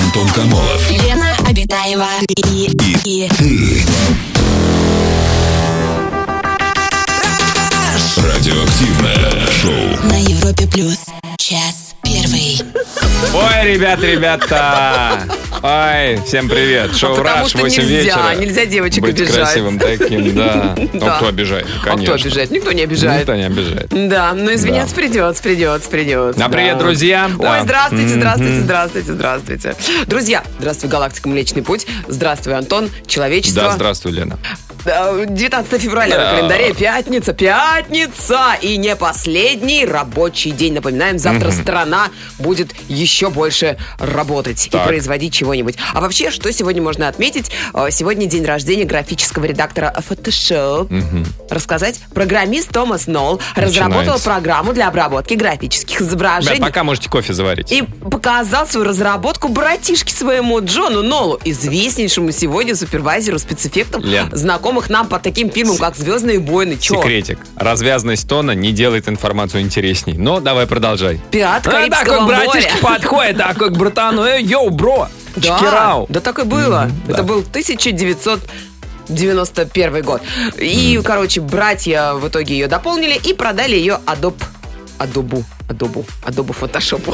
Антон Камолов, Лена Обитаева и ты. Радиоактивное шоу на Европе Плюс. Час первый. Ой, ребята! Ой, всем привет. Шоу «Раш», 8 вечера. Нельзя девочек быть обижать. Красивым таким, да. Да. А кто обижает? А Конечно. кто обижает? Никто не обижает. Никто не обижает. Да, но извиняться Да. придется. А привет, друзья. Ой, Да. здравствуйте. Друзья, здравствуй, Галактика Млечный Путь. Здравствуй, Антон, человечество. Да, здравствуй, Лена. 19 февраля на календаре, пятница, и не последний рабочий день. Напоминаем, завтра страна будет еще больше работать Так. и производить чего-нибудь. А вообще, что сегодня можно отметить? Сегодня день рождения графического редактора Photoshop. Рассказать? Программист Томас Нолл разработал программу для обработки графических изображений. Ребят, пока можете кофе заварить. И показал свою разработку братишке своему Джону Ноллу, известнейшему сегодня супервайзеру спецэффектов, Лен. знакомых нам по таким фильмам, как «Звездные войны». Чё? Секретик. Развязность тона не делает информацию интересней. Но давай продолжай. «Пират Карибского моря». подходит, такой к братану. Йоу, бро, Да, так и было. Это был 1991 год. И, короче, братья в итоге ее дополнили и продали ее Adobe Photoshop.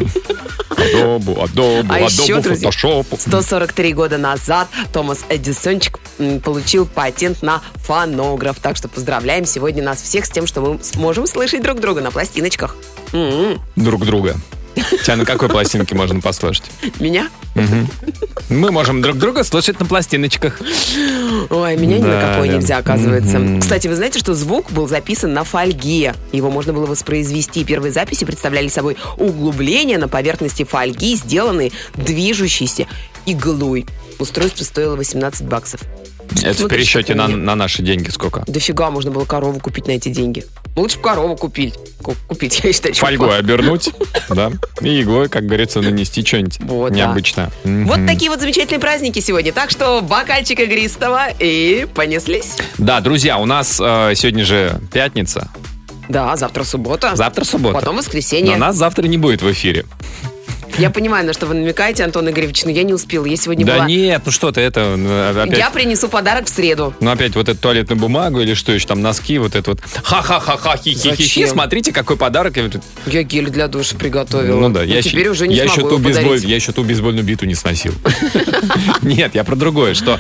А еще, друзья, Photoshop. 143 года назад Томас Эдисончик получил патент на фонограф. Так что поздравляем сегодня нас всех с тем, что мы сможем слышать друг друга на пластиночках. Друг друга. Тебя на какой пластинке можно послушать? Меня? Мы можем друг друга слушать на пластиночках. Ой, меня ни на Да, какой да. нельзя, оказывается. Кстати, вы знаете, что звук был записан на фольге. Его можно было воспроизвести. Первые записи представляли собой углубления на поверхности фольги, сделанные движущейся иглой. Устройство стоило $18. Это в Смотри, пересчете что у на меня. наши деньги сколько? Дофига можно было корову купить на эти деньги. Лучше бы корову купить. Купить, я считаю. Фольгой обернуть, да, и иглой, как говорится, нанести что-нибудь Вот, да. необычное. Вот такие вот замечательные праздники сегодня. Так что бокальчик игристого и понеслись. Да, друзья, у нас сегодня же пятница, Да, завтра суббота. завтра суббота. Потом воскресенье. Но нас завтра не будет в эфире. Я понимаю, на что вы намекаете, Антон Игоревич, но я не успела. Я сегодня Да была... нет, ну что ты, это опять... Я принесу подарок в среду. Ну опять вот эту туалетную бумагу или что еще там, носки, вот это вот. Ха-ха-ха-ха, хи-хи-хи-хи, Зачем? смотрите, какой подарок. Я гель для душа приготовила. Ну да, теперь уже не смогу его подарить. я еще ту бейсбольную биту не сносил. Нет, я про другое, что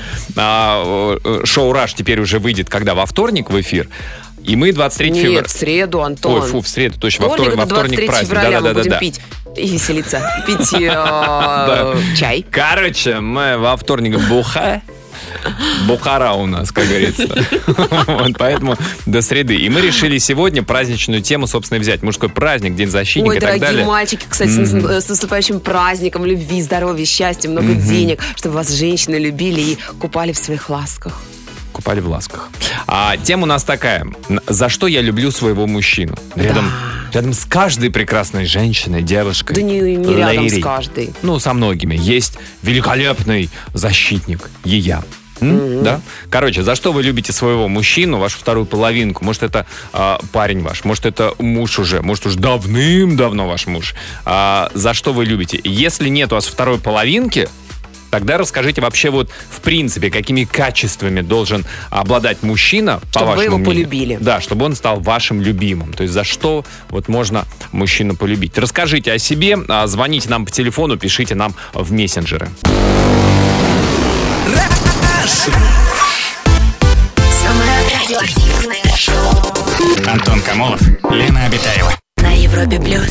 шоу «Раш» теперь уже выйдет когда? Во вторник в эфир. И мы 23 февраля... Нет, в среду, Антон. Ой, в среду, точно, во Вторник, это вторник 23 праздник. февраля мы будем Да-да-да. пить и веселиться. Пить чай. Короче, мы во вторник Бухара у нас, как говорится. Вот, поэтому до среды. И мы решили сегодня праздничную тему, собственно, взять. Мужской праздник, День защитника Ой, и так дорогие далее. мальчики, кстати, с наступающим праздником, любви, здоровья, счастья, много денег, чтобы вас женщины любили и купали в своих ласках. Купали в ласках. А тема у нас такая. За что я люблю своего мужчину? Рядом с каждой прекрасной женщиной, девушкой. Да не рядом леди, с каждой. ну, со многими. Есть великолепный защитник. Ея. Да? Короче, за что вы любите своего мужчину, вашу вторую половинку? Может, это парень ваш, может, это муж уже, может, уж давным-давно ваш муж. За что вы любите? Если нет у вас второй половинки, тогда расскажите вообще вот в принципе, какими качествами должен обладать мужчина, по Чтобы вы вашему его мнению. полюбили. Да, чтобы он стал вашим любимым. То есть за что вот можно мужчину полюбить. Расскажите о себе, звоните нам по телефону, пишите нам в мессенджеры. самое радиоактивное шоу Антон Камолов, Лена Обитаева. на Европе Плюс.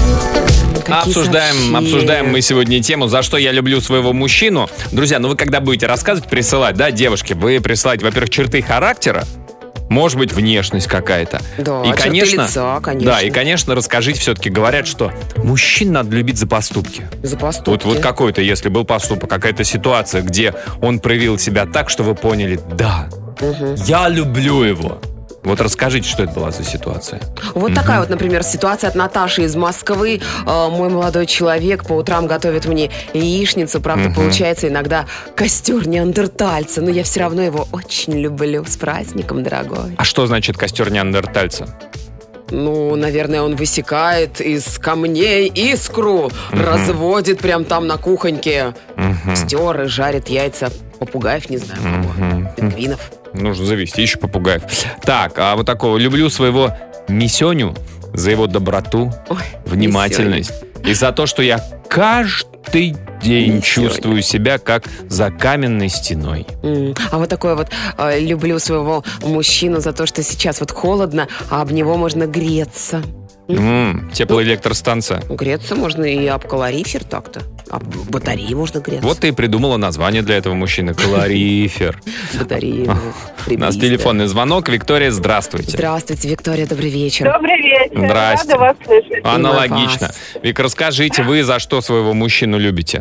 Какие Обсуждаем мы сегодня тему, за что я люблю своего мужчину. Друзья, ну вы когда будете рассказывать, присылать, да, девушки, вы присылаете, во-первых, черты характера, может быть, внешность какая-то. Да, и, черты конечно, лица, конечно. Да, и, конечно, расскажите, все-таки говорят, что мужчин надо любить за поступки. За поступки. Вот какой-то, если был поступок, какая-то ситуация, где он проявил себя так, что вы поняли, да, я люблю его. Вот расскажите, что это была за ситуация. Вот такая вот, например, ситуация от Наташи из Москвы. Мой молодой человек по утрам готовит мне яичницу. Правда, получается иногда костер неандертальца. Но я все равно его очень люблю. С праздником, дорогой. А что значит костер неандертальца? Ну, наверное, он высекает из камней искру, разводит прям там на кухоньке. Стер и жарит яйца попугаев, не знаю кого, пингвинов. Нужно завести еще попугаев. Так, а вот такого. Люблю своего Мисеню за его доброту, внимательность. И за то, что я каждый день чувствую себя как за каменной стеной. А вот такое вот люблю своего мужчину за то, что сейчас вот холодно, а об него можно греться. Теплоэлектростанция. Греться можно и об калорифер так-то. Об батареи можно греться. Вот ты и придумала название для этого мужчины. Калорифер. Батареи. У нас телефонный звонок. Виктория, здравствуйте. Здравствуйте, Виктория, добрый вечер. Добрый вечер. Здрасте. Рада вас слышать. Аналогично. Вик, расскажите, вы за что своего мужчину любите?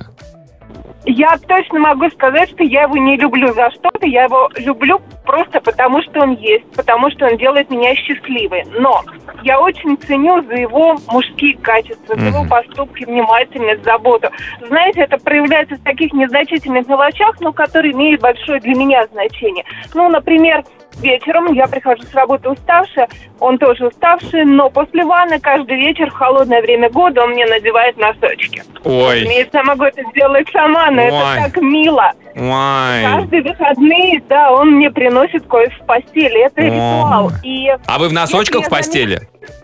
Я точно могу сказать, что я его не люблю за что-то. Я его люблю просто потому, что он есть, потому что он делает меня счастливой. Но я очень ценю за его мужские качества, за его поступки, внимательность, заботу. Знаете, это проявляется в таких незначительных мелочах, но которые имеют большое для меня значение. Ну, например, вечером я прихожу с работы уставшая, он тоже уставший, но после ванны каждый вечер в холодное время года он мне надевает носочки. Ой. Разумеется, я могу это сделать сама, но это так мило. Ой. Каждые выходные, да, он мне приносит кое в постели. Это ритуал. И а вы в носочках в постели?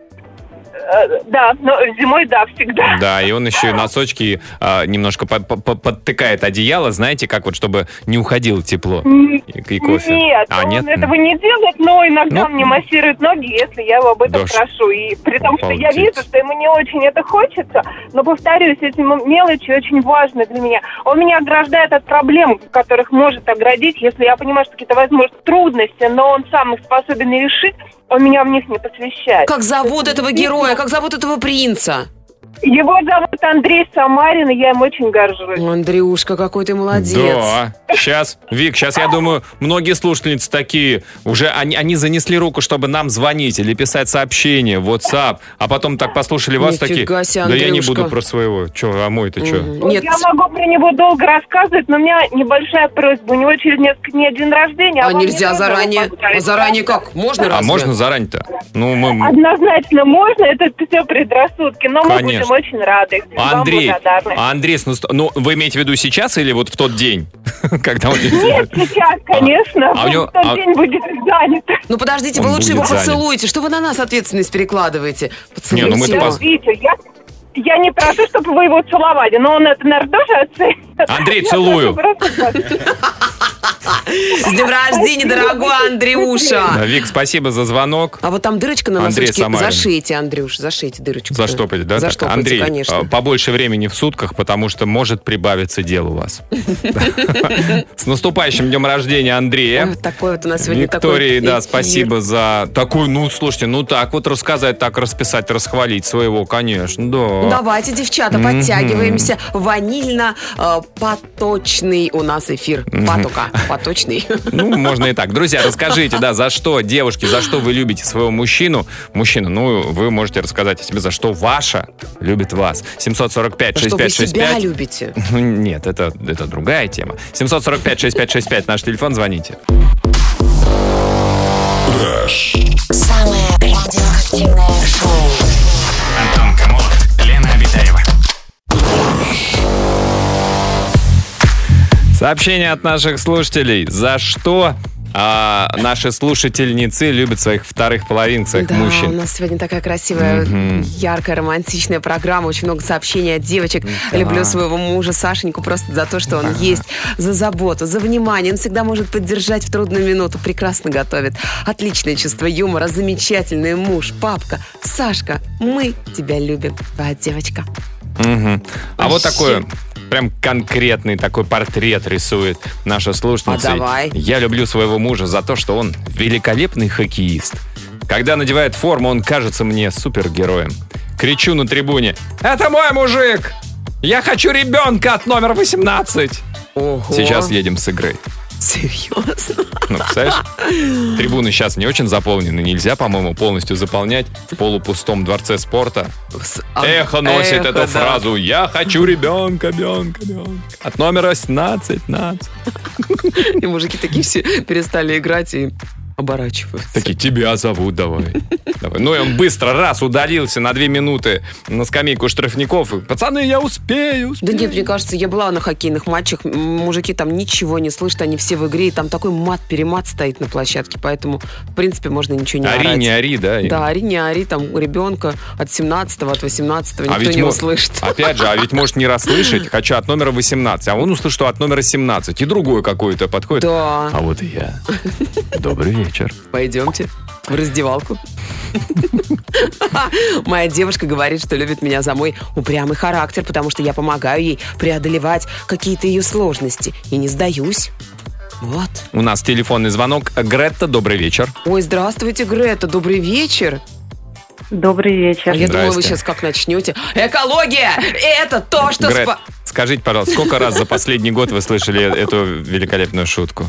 Да, но зимой, да, всегда. Да, и он еще и носочки немножко подтыкает одеяло, знаете, как вот, чтобы не уходило тепло и кофе. Нет, он этого не делает, но иногда мне массирует ноги, если я его об этом прошу. И при том, что я вижу, что ему не очень это хочется, но, повторюсь, эти мелочи очень важны для меня. Он меня ограждает от проблем, которых может оградить, если я понимаю, что какие-то, возможно, трудности, но он сам их способен и решить, он меня в них не посвящает. Как зовут этого героя? Как зовут этого принца? Его зовут Андрей Самарин, и я им очень горжусь. Андрюшка, какой ты молодец. Да. Сейчас, Вик, я думаю, многие слушательницы такие, уже они занесли руку, чтобы нам звонить или писать сообщение в WhatsApp, а потом так послушали вас такие, себе, да я не буду про своего, а мой-то что? Нет. Я могу про него долго рассказывать, но у меня небольшая просьба. У него через несколько дней день рождения. А нельзя заранее? А заранее как? Можно разве? А можно заранее-то? Однозначно можно, это все предрассудки, но мы будем очень рады. Андрей, ну вы имеете в виду сейчас или вот в тот день? Когда он... Нет, сейчас, конечно. В тот день будет занят. Ну подождите, вы лучше его поцелуйте. Что вы на нас ответственность перекладываете? Поцелуйте его. Витя, я не прошу, чтобы вы его целовали, но он это, наверное, тоже оценит. Андрей, целую. С днем рождения, дорогой Андрюша. Да, Вик, спасибо за звонок. А вот там дырочка на носочке. Зашейте, Андрюш, зашейте дырочку. Заштопайте, да? Заштопайте, Андрей, конечно. Побольше времени в сутках, потому что может прибавиться дел у вас. С наступающим днем рождения, Андрея. Такой вот у нас сегодня такой Виктории, да, спасибо за такую, слушайте, так вот рассказать, так расписать, расхвалить своего, конечно, да. Давайте, девчата, подтягиваемся. Ванильно-поточный у нас эфир. Патока. Поточный. Ну, можно и так. Друзья, расскажите, да, за что, девушки, за что вы любите своего мужчину? Мужчина, вы можете рассказать о себе, за что ваша любит вас. 745-6565. Что вы себя любите? Нет, это другая тема. 745-6565, наш телефон, звоните. Самое радиоактивное шоу. Антон Камолов, Лена Обитаева. Сообщение от наших слушателей. За что наши слушательницы любят своих вторых половин, своих мужчин? Да, у нас сегодня такая красивая, яркая, романтичная программа. Очень много сообщений от девочек. Да. Люблю своего мужа Сашеньку просто за то, что он есть, за заботу, за внимание. Он всегда может поддержать в трудную минуту. Прекрасно готовит. Отличное чувство юмора, замечательный муж, папка. Сашка, мы тебя любим. Твоя девочка. А вот такое... Прям конкретный такой портрет рисует наша слушательница. Давай. Я люблю своего мужа за то, что он великолепный хоккеист. Когда надевает форму, он кажется мне супергероем. Кричу на трибуне: «Это мой мужик! Я хочу ребенка от номера 18!» Ого. Сейчас едем с игры. Серьезно? Представляешь? Трибуны сейчас не очень заполнены. Нельзя, по-моему, полностью заполнять в полупустом дворце спорта. Эхо носит эту фразу: «Я хочу ребенка. От номера 17. И мужики такие все перестали играть и оборачиваются. Такие, тебя зовут, давай. Ну и он быстро удалился на 2 минуты на скамейку штрафников. И, пацаны, я успею. Да нет, мне кажется, я была на хоккейных матчах, мужики там ничего не слышат, они все в игре, и там такой мат-перемат стоит на площадке, поэтому, в принципе, можно ничего не орать. Ори, не ори, да? Да, ори, не ори, там ребенка от 17-го, от 18-го никто не услышит. Опять же, ведь может не расслышать, хочу от номера 18, а он услышит, что от номера 17, и другой какой-то подходит. Да. А вот и я. Добрый вечер. Пойдемте в раздевалку. Моя девушка говорит, что любит меня за мой упрямый характер, потому что я помогаю ей преодолевать какие-то ее сложности. И не сдаюсь. Вот. У нас телефонный звонок. Гретта, добрый вечер. Ой, здравствуйте, Гретта, добрый вечер. Добрый вечер. Я думала, вы сейчас как начнете. Экология! Это то, что... Грет, скажите, пожалуйста, сколько раз за последний год вы слышали эту великолепную шутку?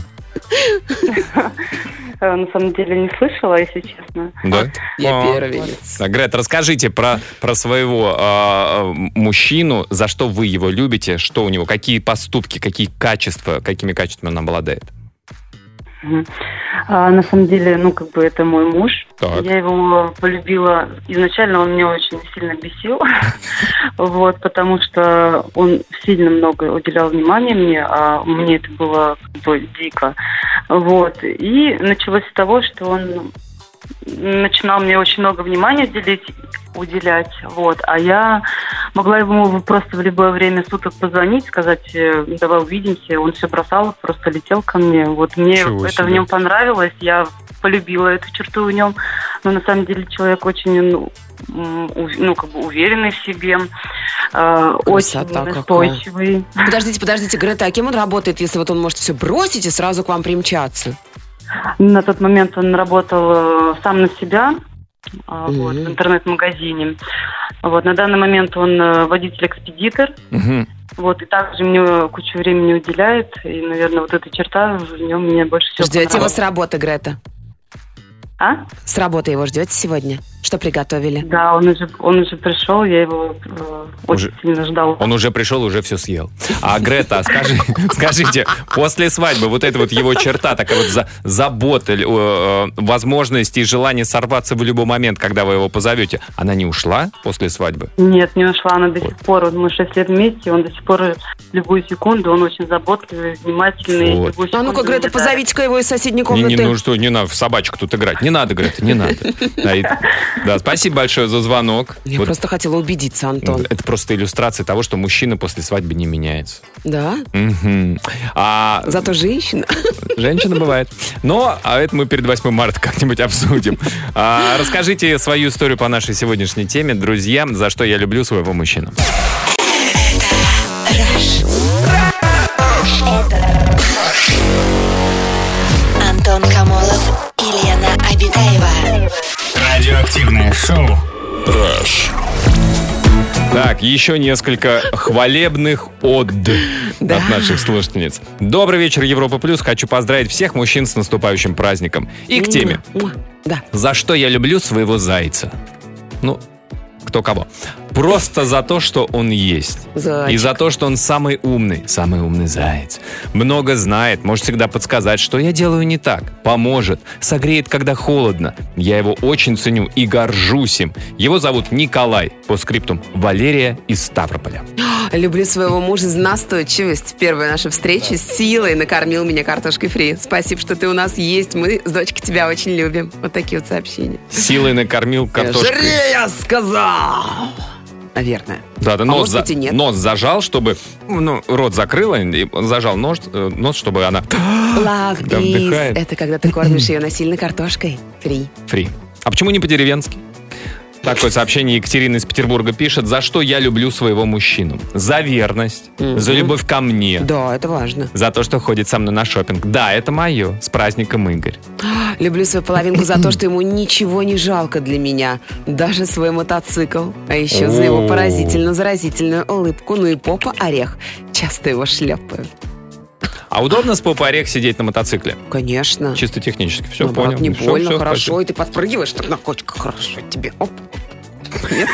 На самом деле не слышала, если честно. Да? Я первенец. Грет, расскажите про своего мужчину, за что вы его любите, что у него, какие поступки, какие качества, какими качествами он обладает. На самом деле, это мой муж. Так. Я его полюбила. Изначально он меня очень сильно бесил. Вот, потому что он сильно много уделял внимания мне, а мне это было дико. Вот. И началось с того, что он начинал мне очень много внимания уделять, вот, а я могла ему просто в любое время суток позвонить, сказать, давай увидимся, он все бросал, просто летел ко мне, вот, мне это в нем понравилось, я полюбила эту черту в нем, но на самом деле человек очень, уверенный в себе, очень настойчивый. Подождите, Грета, а кем он работает, если вот он может все бросить и сразу к вам примчаться? На тот момент он работал сам на себя, вот, в интернет-магазине. Вот, на данный момент он водитель-экспедитор. Вот, и также мне кучу времени уделяет. И, наверное, вот эта черта в нем мне больше всего Ждете понравилась. его с работы, Грета? А? С работы его ждете сегодня? Что приготовили? Да, он уже пришел, я его очень сильно ждал. Он уже пришел, уже все съел. А Грета, скажите, после свадьбы вот эта вот его черта, такая вот забота, возможность и желание сорваться в любой момент, когда вы его позовете, она не ушла после свадьбы? Нет, не ушла, она до сих пор. Мы 6 лет вместе, он до сих пор любую секунду, он очень заботливый, внимательный. Вот. А ну-ка, Грета, позовите-ка его из соседней комнаты. Не надо в собачку тут играть. Не надо, Грета, не надо. Да, спасибо большое за звонок. Я просто хотела убедиться, Антон. Это просто иллюстрация того, что мужчина после свадьбы не меняется. Да? Угу. Зато женщина. Женщина бывает. Но это мы перед 8 марта как-нибудь обсудим. Расскажите свою историю по нашей сегодняшней теме, друзья, за что я люблю своего мужчину. Антон Камолов и Лена Обитаева. Радиоактивное шоу. Так, еще несколько хвалебных от наших слушательниц. Добрый вечер, Европа Плюс. Хочу поздравить всех мужчин с наступающим праздником. И к теме. Да. За что я люблю своего зайца? Кто кого? Просто за то, что он есть. Зайчик. И за то, что он самый умный заяц. Много знает, может всегда подсказать, что я делаю не так. Поможет, согреет, когда холодно. Я его очень ценю и горжусь им. Его зовут Николай, по скриптум Валерия из Ставрополя. Люблю своего мужа за настойчивость. В первой нашей встрече с силой накормил меня картошкой фри. Спасибо, что ты у нас есть. Мы с дочкой тебя очень любим. Вот такие вот сообщения. Силой накормил картошкой. Жри, я сказал! Наверное. Да, нос зажал, чтобы... рот закрыла, и он зажал нос, чтобы она... Love is... Это когда ты кормишь ее насильно картошкой. Фри. А почему не по-деревенски? Такое сообщение Екатерина из Петербурга пишет. За что я люблю своего мужчину? За верность, за любовь ко мне. Да, это важно. За то, что ходит со мной на шопинг. Да, это мое. С праздником, Игорь. Люблю свою половинку за то, что ему ничего не жалко для меня. Даже свой мотоцикл. А еще за его поразительно-заразительную улыбку. Ну и попа орех. Часто его шлепаю. А удобно с попой орех сидеть на мотоцикле? Конечно. Чисто технически. Все, наоборот, понял. Не больно, все, хорошо. спасибо. И ты подпрыгиваешь так на кочках. Хорошо тебе. Оп. Нет?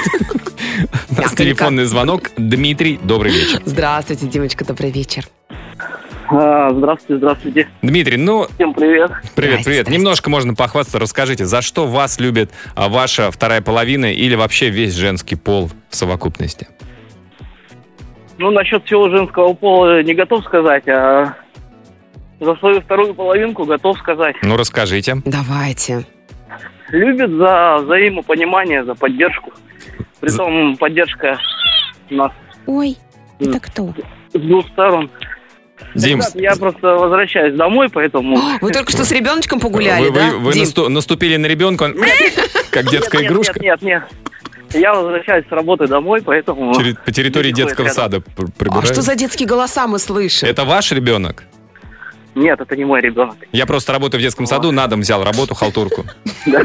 У нас телефонный звонок. Дмитрий, добрый вечер. Здравствуйте, Димочка, добрый вечер. Здравствуйте. Дмитрий, ну... Всем привет. Привет. Здрасте. Немножко можно похвастаться. Расскажите, за что вас любит ваша вторая половина или вообще весь женский пол в совокупности? Ну, насчет всего женского пола не готов сказать, а за свою вторую половинку готов сказать. Ну, расскажите. Давайте. Любит за взаимопонимание, за поддержку. Притом поддержка у нас Ой, это кто? с двух сторон. Дим, Ребят, я просто возвращаюсь домой, поэтому... Вы только что с ребеночком погуляли, да? вы Дим? наступили на ребенка, он как детская игрушка. Нет. Я возвращаюсь с работы домой, поэтому... По территории детского сада А пробираюсь. что за детские голоса мы слышим? Это ваш ребенок? Нет, это не мой ребенок. Я просто работаю в детском саду, на дом взял работу, халтурку. Да.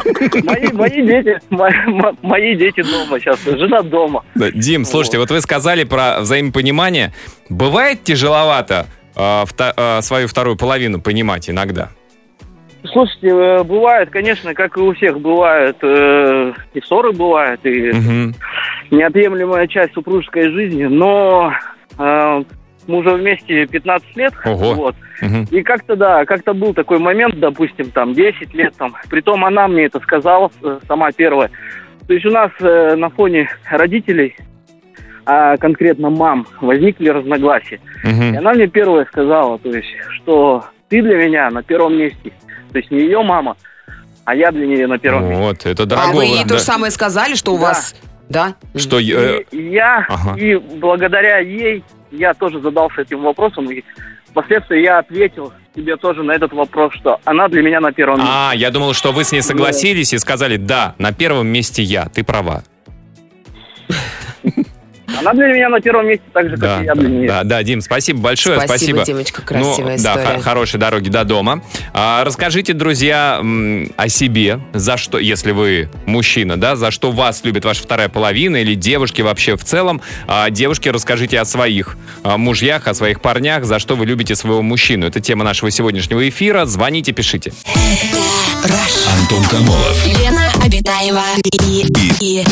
Мои дети дома сейчас, жена дома. Да, Дим, слушайте, вот вы сказали про взаимопонимание. Бывает тяжеловато свою вторую половину понимать иногда? Слушайте, бывает, конечно, как и у всех, бывают и ссоры бывают, и Мгм. неотъемлемая часть супружеской жизни, но мы уже вместе 15 лет, Ого. вот, Мгм. и как-то был такой момент, допустим, там, 10 лет, там, притом она мне это сказала сама первая. То есть у нас на фоне родителей, а конкретно мам, возникли разногласия. И Мгм. она мне первая сказала, то есть, что ты для меня на первом месте. То есть не ее мама, а я для нее на первом месте. Вот, это А дорого. вы ей то же самое сказали, что у Да. вас... Да? Что, И я, ага. и благодаря ей, я тоже задался этим вопросом, и впоследствии я ответил тебе тоже на этот вопрос, что она для меня на первом месте. я думал, что вы с ней согласились и сказали, да, на первом месте я, ты права. Она для меня на первом месте, так же, как и я для нее. Да, Дим, спасибо большое, Спасибо, Димочка, красивая история. Да, хорошей дороги до дома. Расскажите, друзья, о себе, за что, если вы мужчина, да, за что вас любит ваша вторая половина или девушки вообще в целом. Девушки, расскажите о своих мужьях, о своих парнях, за что вы любите своего мужчину. Это тема нашего сегодняшнего эфира. Звоните, пишите. Антон Камолов. Лена Обитаева и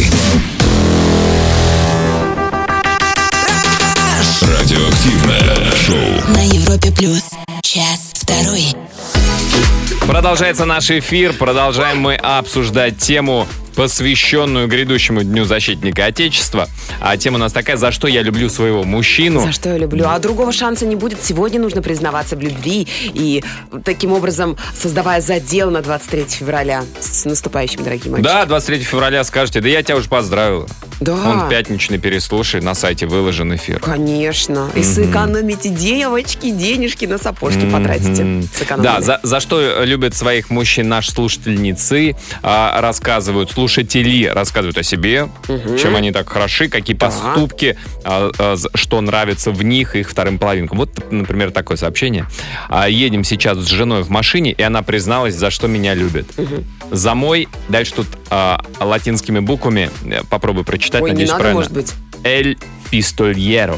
Радиоактивное шоу. на Европе плюс. Час второй. Продолжается наш эфир. Продолжаем мы обсуждать тему, посвященную грядущему Дню Защитника Отечества. А тема у нас такая: за что я люблю своего мужчину. За что я люблю. А другого шанса не будет. Сегодня нужно признаваться в любви. И таким образом, создавая задел на 23 февраля. С наступающим, дорогие мальчики. Да, 23 февраля скажете, да я тебя уже поздравила. Да. Он пятничный переслушай, на сайте выложен эфир. Конечно. И сэкономите, девочки, денежки на сапожки потратите. Сэкономили. Да, за что любят своих мужчин наши слушательницы, рассказывают, слушатели рассказывают о себе, чем они так хороши, какие поступки, что нравится в них, их вторым половинкам. Вот, например, такое сообщение. Едем сейчас с женой в машине, и она призналась, за что меня любит. За мой, дальше тут латинскими буквами, попробую прочитать, Ой, не надеюсь, надо, правильно. может быть. El pistoliero.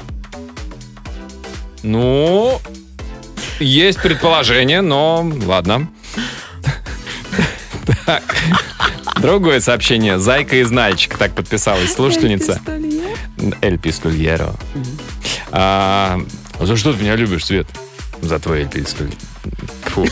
Ну, есть предположение, но ладно. Так. Другое сообщение. Зайка из Нальчика, так подписалась слушательница. El pistoliero. За что ты меня любишь, Свет? За твой El pistoliero. Фу.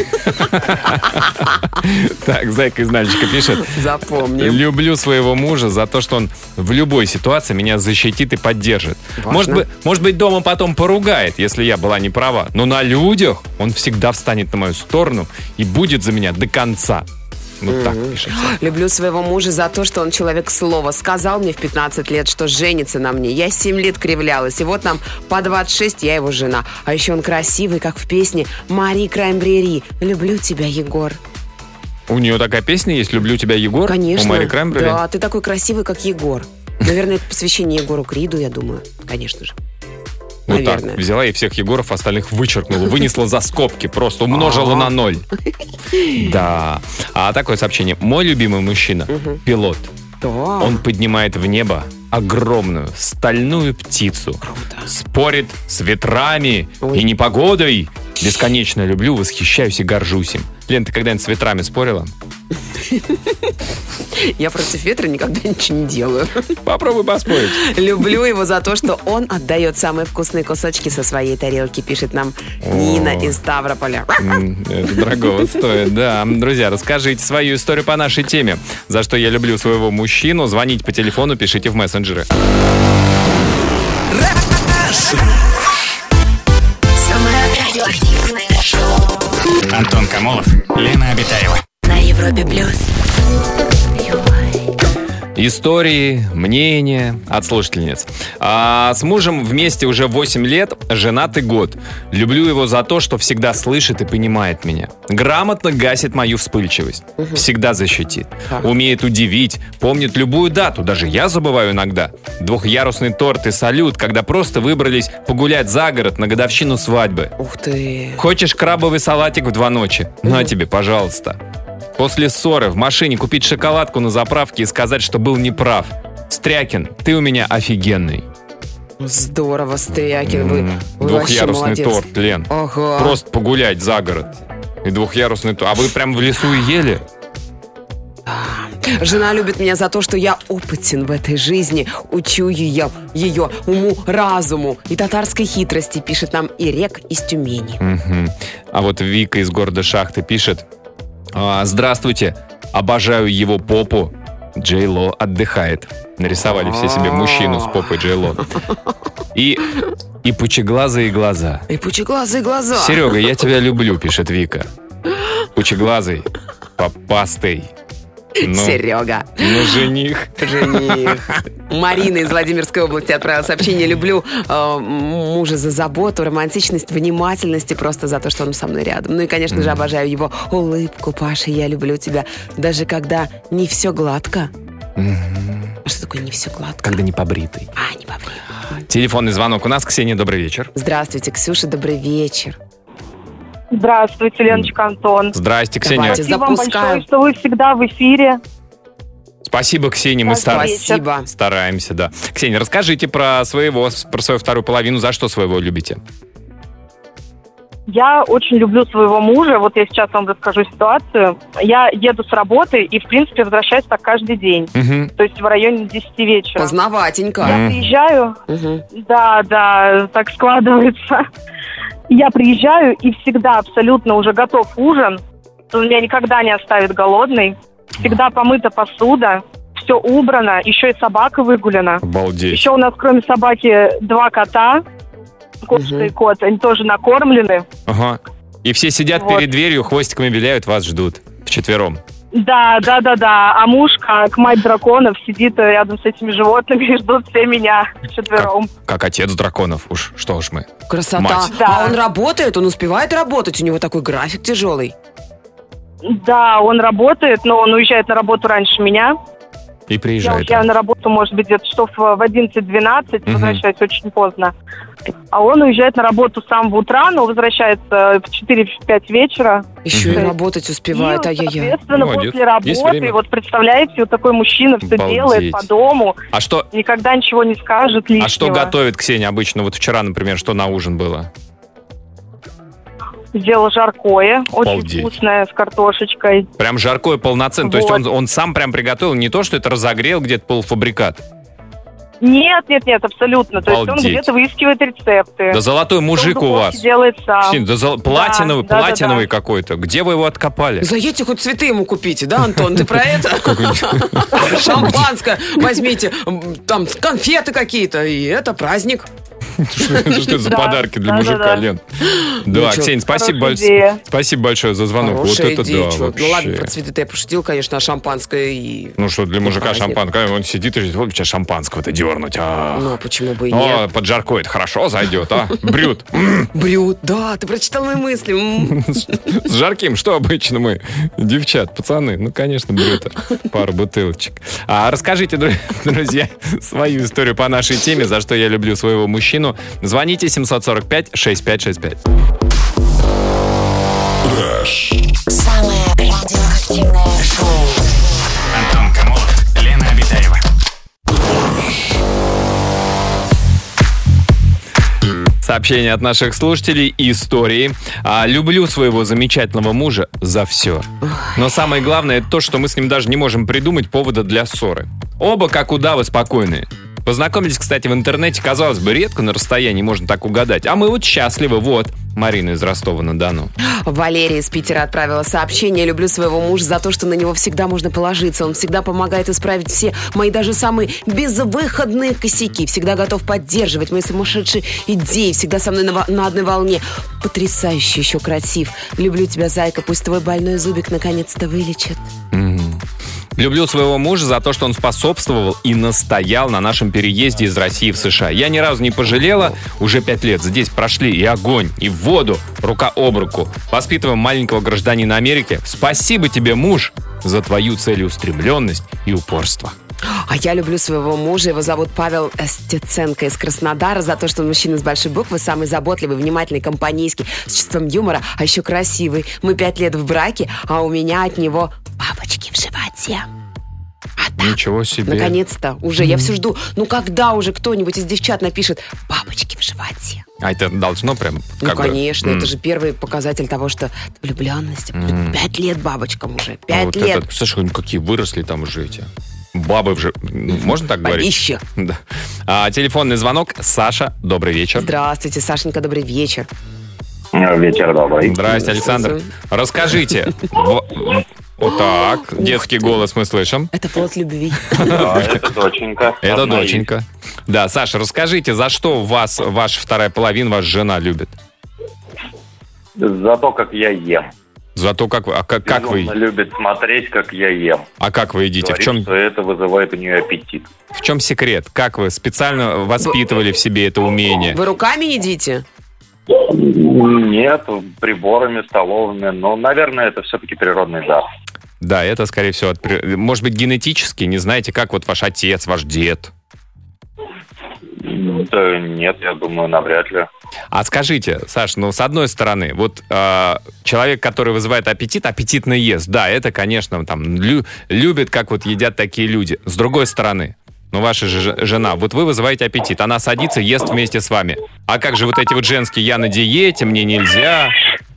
Так, Зайка из Нальчика пишет. Запомним. Люблю своего мужа за то, что он в любой ситуации меня защитит и поддержит. Важно. Может быть, дома потом поругает, если я была не права. Но на людях он всегда встанет на мою сторону и будет за меня до конца. Вот так пишется. Люблю своего мужа за то, что он человек слова. Сказал мне в 15 лет, что женится на мне. Я 7 лет кривлялась. И вот нам по 26, я его жена. А еще он красивый, как в песне Мари Краймбрери. Люблю тебя, Егор. У нее такая песня есть «Люблю тебя, Егор». Конечно. У Мари Краймбрери. Да, ты такой красивый, как Егор. Наверное, это посвящение Егору Криду, я думаю. Конечно же. Вот так. Наверное. Взяла и всех Егоров остальных вычеркнула. Вынесла за скобки. Просто умножила на 0. Да. А такое сообщение. Мой любимый мужчина – пилот. Да. Он поднимает в небо огромную стальную птицу. Спорит с ветрами и непогодой. Бесконечно люблю, восхищаюсь и горжусь им. Лен, ты когда-нибудь с ветрами спорила? Я против ветра никогда ничего не делаю. Попробуй поспорить. Люблю его за то, что он отдает самые вкусные кусочки со своей тарелки, пишет нам Нина из Ставрополя. Это дорого стоит, да. Друзья, расскажите свою историю по нашей теме. За что я люблю своего мужчину. Звоните по телефону, пишите в мессенджеры. Самое радиоактивное шоу Антон Камолов, Лена Обитаева. на Европе плюс. Истории, мнения от слушательниц. С мужем вместе уже 8 лет, женаты год. Люблю его за то, что всегда слышит и понимает меня. Грамотно гасит мою вспыльчивость. Всегда защитит. Умеет удивить, помнит любую дату. Даже я забываю иногда. Двухъярусный торт и салют, когда просто выбрались погулять за город на годовщину свадьбы. Ух ты. Хочешь крабовый салатик в 2 ночи? На тебе, пожалуйста. После ссоры в машине купить шоколадку на заправке и сказать, что был неправ. Стрякин, ты у меня офигенный. Здорово, Стрякин. Вы вообще Двухъярусный молодец. торт, Лен. Ага. Просто погулять за город. И двухъярусный торт. А вы прям в лесу и ели? Жена любит меня за то, что я опытен в этой жизни. Учу ее уму, разуму и татарской хитрости, пишет нам Ирек из Тюмени. А вот Вика из города Шахты пишет: здравствуйте, обожаю его попу. Джей Ло отдыхает. Нарисовали все себе мужчину с попой Джей Ло. И пучеглазые глаза. И пучеглазые глаза. Серега, я тебя люблю, пишет Вика. Пучеглазый, попастый. Серега. Жених. Марина из Владимирской области отправила сообщение. Люблю мужа за заботу, романтичность, внимательность и просто за то, что он со мной рядом. Ну и, конечно же, обожаю его улыбку. Паша, я люблю тебя. Даже когда не все гладко. А что такое не все гладко? Когда не побритый. Не побритый. Телефонный звонок у нас. Ксения, добрый вечер. Здравствуйте, Ксюша, добрый вечер. Здравствуйте, Леночка, Антон. Здрасте, Ксения. Давайте. Спасибо вам Запускаем. большое, что вы всегда в эфире. Спасибо, Ксения, мы Спасибо. стараемся, да. Ксения, расскажите про свою вторую половину, за что своего любите? Я очень люблю своего мужа. Вот я сейчас вам расскажу ситуацию. Я еду с работы и, в принципе, возвращаюсь так каждый день. То есть в районе 10 вечера. Познаватенько. Я приезжаю. Мгм. Да, так складывается. Я приезжаю и всегда абсолютно уже готов ужин. Он меня никогда не оставит голодной. Всегда помыта посуда. Все убрано. Еще и собака выгуляна. Обалдеть. Еще у нас, кроме собаки, 2 кота. Кошка и кот. Они тоже накормлены. Ага. И все сидят Вот. перед дверью, хвостиками виляют, вас ждут. Вчетвером. Да. А муж, как мать драконов, сидит рядом с этими животными и ждут все меня вчетвером. Как отец драконов. Уж что уж мы. Красота. Мать. Да. А он работает, он успевает работать, у него такой график тяжелый. Да, он работает, но он уезжает на работу раньше меня. И Я приезжает. уезжаю на работу, может быть, где-то часов в 11-12, возвращаюсь очень поздно. А он уезжает на работу с самого утра, но возвращается в 4-5 вечера. Еще и работать успевает, И, ай-яй-яй. соответственно, Молодец. после Есть работы, время. вот представляете, вот такой мужчина все Обалдеть. делает по дому, А что никогда ничего не скажет лишнего. А что готовит Ксения обычно? Вот вчера, например, что на ужин было? Сделал жаркое, очень Обалдеть. вкусное, с картошечкой. Прям жаркое полноценно. То есть Вот. он сам прям приготовил, не то, что это разогрел где-то полуфабрикат. Нет, абсолютно. То есть он Обалдеть. где-то выискивает рецепты. Да золотой мужик Он в у духовке вас. делает сам. Ксения, да платиновый, да. платиновый какой-то. Где вы его откопали? Заедьте хоть цветы ему купите, да, Антон? Ты про это? Шампанское возьмите, там конфеты какие-то, и это праздник. Что это за Да, подарки для да, мужика, да. Лен? Ну Да, чё, Ксения, хорошая идея. спасибо большое за звонок. Хорошая Вот это идея, да, чё. вообще. Ну ладно, про цветы-то я пошутил, конечно, а шампанское и... Ну что, для мужика праздник. шампанское, он сидит и говорит, вот сейчас шампанского-то дернуть. Ну, а почему бы и О, нет? под жарко это хорошо зайдет, а? Брют. Брют, да, ты прочитал мои мысли. С жарким, что обычно мы, девчат, пацаны, ну, конечно, брюта, пару бутылочек. Расскажите, друзья, свою историю по нашей теме, за что я люблю своего мужчину. Звоните 745-6565. Самое радиоактивное шоу. Антон Камолов, Лена Обитаева. Сообщение от наших слушателей и истории. Люблю своего замечательного мужа за все. Но самое главное, это то, что мы с ним даже не можем придумать повода для ссоры. Оба как удавы спокойные. Познакомились, кстати, в интернете. Казалось бы, редко на расстоянии можно так угадать. А мы вот счастливы, вот. Марина из Ростова-на-Дону. Валерия из Питера отправила сообщение. Люблю своего мужа за то, что на него всегда можно положиться. Он всегда помогает исправить все мои даже самые безвыходные косяки. Всегда готов поддерживать мои сумасшедшие идеи. Всегда со мной на одной волне. Потрясающе еще красив. Люблю тебя, зайка. Пусть твой больной зубик наконец-то вылечит. Люблю своего мужа за то, что он способствовал и настоял на нашем переезде из России в США. Я ни разу не пожалела. Уже 5 лет здесь прошли и огонь, и в воду, рука об руку. Воспитываем маленького гражданина Америки. Спасибо тебе, муж, за твою целеустремленность и упорство. А я люблю своего мужа. Его зовут Павел Стеценко из Краснодара. За то, что он мужчина с большой буквы, самый заботливый, внимательный, компанейский, с чувством юмора, а еще красивый. Мы 5 лет в браке, а у меня от него бабочки в животе. А так, ничего себе. наконец-то уже. Я все жду. Ну, когда уже кто-нибудь из девчат напишет бабочки в животе? А это должно прям... Ну, конечно. Это же первый показатель того, что влюбленность. 5 лет бабочкам уже. 5 лет. Слушай, какие выросли там уже эти... Бабы уже... Можно так говорить? Бабища. Да. Телефонный звонок. Саша, добрый вечер. Здравствуйте, Сашенька, добрый вечер. Вечер добрый. Здрасте, Александр. Расскажите. Вот так. Детский голос мы слышим. Это плод любви. Да, это доченька. Это доченька. Да, Саша, расскажите, за что вас ваша вторая половина, ваша жена любит? За то, как я ем. За то, как вы... А как вы... Она любит смотреть, как я ем. А как вы едите? Говорит, в чем... что это вызывает у нее аппетит. В чем секрет? Как вы специально воспитывали в себе это умение? Вы руками едите? Нет, приборами, столовыми. Но, наверное, это все-таки природный дар. Да, это, скорее всего, может быть, генетически. Не знаете, как вот ваш отец, ваш дед? Да нет, я думаю, навряд ли. А скажите, Саш, ну, с одной стороны, вот человек, который вызывает аппетит, аппетитно ест. Да, это, конечно, там любит, как вот едят такие люди. С другой стороны, ну, ваша же жена, вот вы вызываете аппетит, она садится, ест вместе с вами. А как же вот эти вот женские, я на диете, мне нельзя...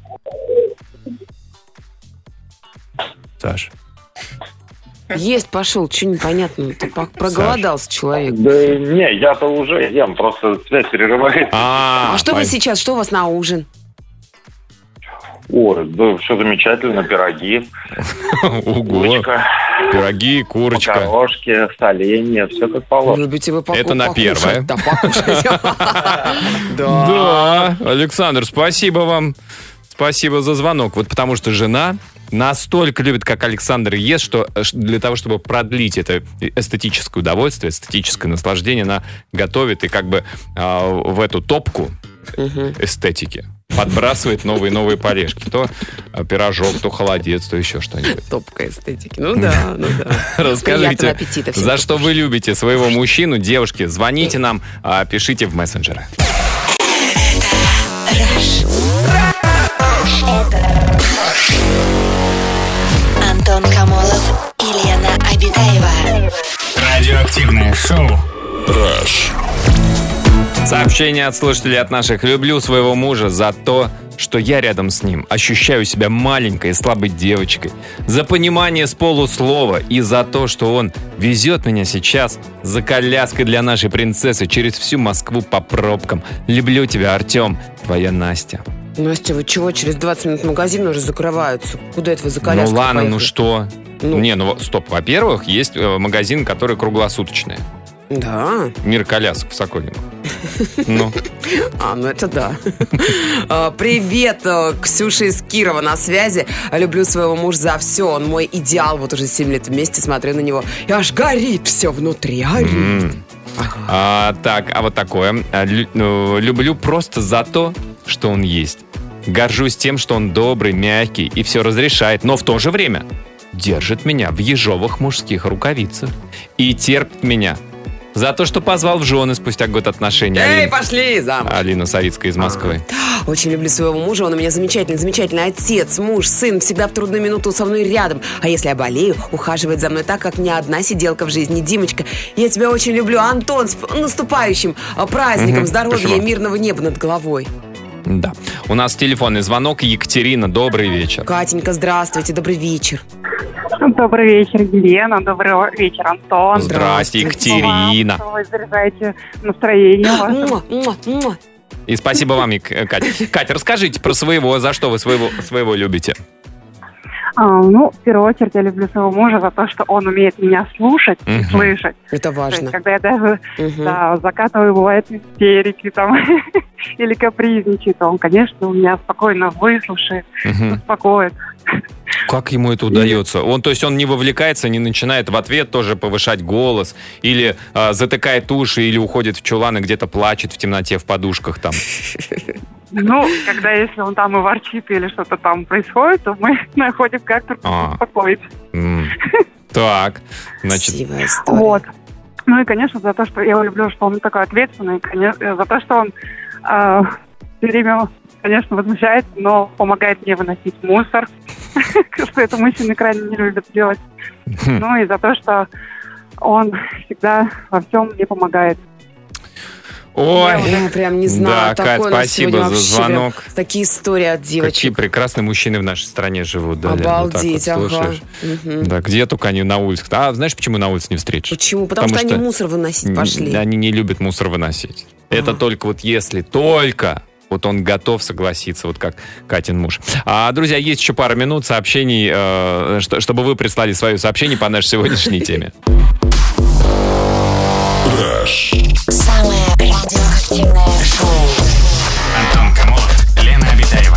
Саш. Есть пошел, что непонятно. Ты проголодался, человек. Да не, я-то уже ем, просто связь перерывается. А что вы сейчас, что у вас на ужин? Ой, да все замечательно, пироги. Курочка. Пироги, курочка. Макарошки, соленья, все как положено. Может быть, и вы это на первое. Да, покушать. Да, Александр, спасибо вам. Спасибо за звонок. Вот потому что жена настолько любит, как Александр ест, что для того, чтобы продлить это эстетическое удовольствие, эстетическое наслаждение, она готовит и как бы в эту топку эстетики подбрасывает новые полежки. То пирожок, то холодец, то еще что-нибудь. Топка эстетики. Ну да. Расскажите, за что вы любите своего мужчину, девушки? Звоните нам, пишите в мессенджеры. Антон Камолов и Лена Обитаева. Радиоактивное шоу. Сообщение от слушателей от наших. Люблю своего мужа за то, что я рядом с ним ощущаю себя маленькой и слабой девочкой. За понимание с полуслова и за то, что он везет меня сейчас за коляской для нашей принцессы через всю Москву по пробкам. Люблю тебя, Артем. Твоя Настя. Настя, вы чего? Через 20 минут магазины уже закрываются. Куда это вы за коляской Ну ладно, поехали? ну что? Ну. Стоп. Во-первых, есть магазин, который круглосуточный. Да. Мир колясок в Сокольниках. Ну. Ну это да. Привет, Ксюша из Кирова на связи. Люблю своего мужа за все. Он мой идеал. Вот уже 7 лет вместе смотрю на него. И аж горит все внутри. Горит. Так, а вот такое. Люблю просто за то, что он есть. Горжусь тем, что он добрый, мягкий и все разрешает, но в то же время держит меня в ежовых мужских рукавицах и терпит меня За то, что позвал в жены спустя год отношений. Эй, пошли замуж. Алина Савицкая из Москвы. Очень люблю своего мужа, он у меня замечательный отец, муж, сын, всегда в трудную минуту со мной рядом. А если я болею, ухаживает за мной так, как ни одна сиделка в жизни. Димочка, я тебя очень люблю. Антон, с наступающим праздником, здоровья спасибо. и мирного неба над головой. Да. У нас телефонный звонок. Екатерина, добрый вечер. Катенька, здравствуйте, добрый вечер. Добрый вечер, Елена. Добрый вечер, Антон. Здрасте, Екатерина. Вы заряжаете настроение ваше. И спасибо вам, Катя. Катя, расскажите про своего, за что вы своего любите? В первую очередь я люблю своего мужа за то, что он умеет меня слушать и слышать. Это То важно. есть, когда я даже закатываю, бывает, истерики там, или капризничает, он, конечно, меня спокойно выслушает, успокоит. Как ему это удается? То есть он не вовлекается, не начинает в ответ тоже повышать голос, или затыкает уши, или уходит в чулан и где-то плачет в темноте в подушках там. Когда если он там и ворчит или что-то там происходит, то мы находим как-то успокоить. Так, значит... Красивая история. Вот. И, конечно, за то, что я его люблю, что он такой ответственный, конечно, за то, что он все время, конечно, возмущается, но помогает мне выносить мусор, что это мужчины крайне не любят делать. И за то, что он всегда во всем мне помогает. Ой, Я прям не знаю. да, Кать, такой у нас спасибо сегодня за вообще звонок. прям такие истории от Какие девочек. прекрасные мужчины в нашей стране живут. Да, Обалдеть, Лен, вот так вот ага. слушаешь. Да, где только они на улицах. Знаешь, почему на улице не встретишь? Почему? Потому что они мусор выносить пошли. Они не любят мусор выносить. Это только если вот он готов согласиться, вот как Катин муж. Друзья, есть еще пара минут сообщений, чтобы вы прислали свое сообщение по нашей сегодняшней теме. Самое радиоактивное шоу. Антон Камолов, Лена Обитаева.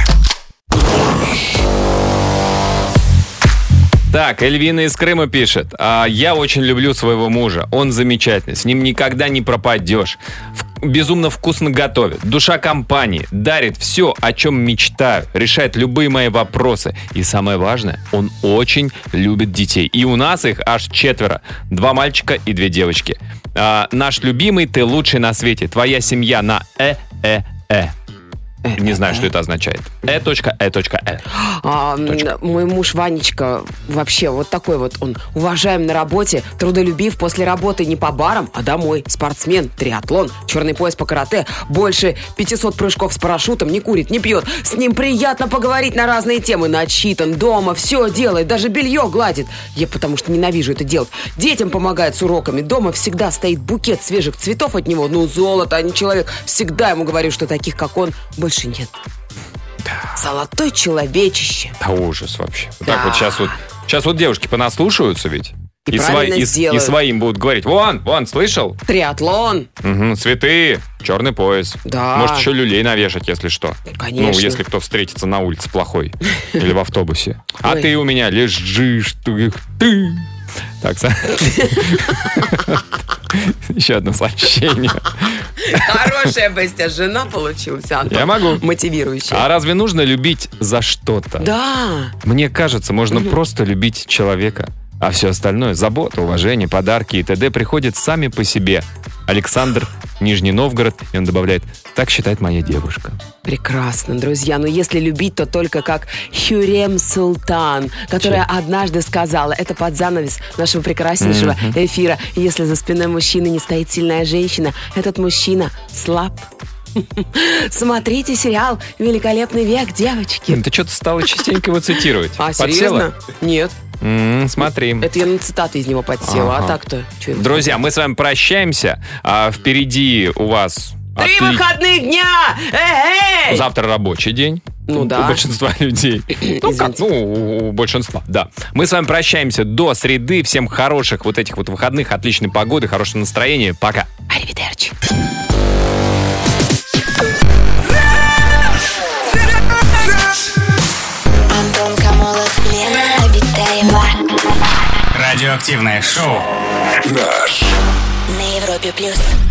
Так, Эльвина из Крыма пишет. Я очень люблю своего мужа. Он замечательный. С ним никогда не пропадешь. Безумно вкусно готовит. Душа компании. Дарит все, о чем мечтаю. Решает любые мои вопросы. И самое важное, он очень любит детей. И у нас их аж 4. 2 мальчика и 2 девочки. Наш любимый, ты лучший на свете. Твоя семья на Не знаю, что это означает. Мой муж Ванечка вообще вот такой вот. Он уважаем на работе, трудолюбив, после работы не по барам, а домой. Спортсмен, триатлон, черный пояс по карате, больше 500 прыжков с парашютом, не курит, не пьет. С ним приятно поговорить на разные темы. Начитан, дома, все делает, даже белье гладит. Я потому что ненавижу это делать. Детям помогает с уроками. Дома всегда стоит букет свежих цветов от него. Золото, а не человек. Всегда ему говорю, что таких, как он, больше нет. Золотой человечище. Да ужас вообще. Да. Так вот сейчас вот девушки понаслушаются ведь. И правильно сделают. И своим будут говорить: вон, слышал? Триатлон. Цветы, черный пояс. Да. Может, еще люлей навешать, если что. Конечно. Если кто встретится на улице плохой. Или в автобусе. А Ой. ты у меня лежишь, ты. Так, еще одно сообщение. Хорошая бы из тебя жена получилась, Антон. Я могу. Мотивирующая. А разве нужно любить за что-то? Да. Мне кажется, можно просто любить человека. А все остальное, забота, уважение, подарки и т.д. приходят сами по себе. Александр, Нижний Новгород, и он добавляет: так считает моя девушка. Прекрасно, друзья. Но если любить, то только как Хюррем Султан, которая однажды сказала, это под занавес нашего прекраснейшего эфира: если за спиной мужчины не стоит сильная женщина, этот мужчина слаб. Смотрите сериал «Великолепный век», девочки. Ты что-то стала частенько его цитировать. Серьезно? Нет. Смотри. Это я на цитаты из него подсела. А так-то? Чё я- Друзья, мы с вами прощаемся. Впереди у вас 3 выходных дня! Эй! завтра рабочий день. Ну да. У большинства людей. У большинства, да. Мы с вами прощаемся до среды. Всем хороших вот этих вот выходных, отличной погоды, хорошего настроения. Пока. Аривидерчи. Антон Камолов, Лена Обитаева. Радиоактивное шоу. На Европе+.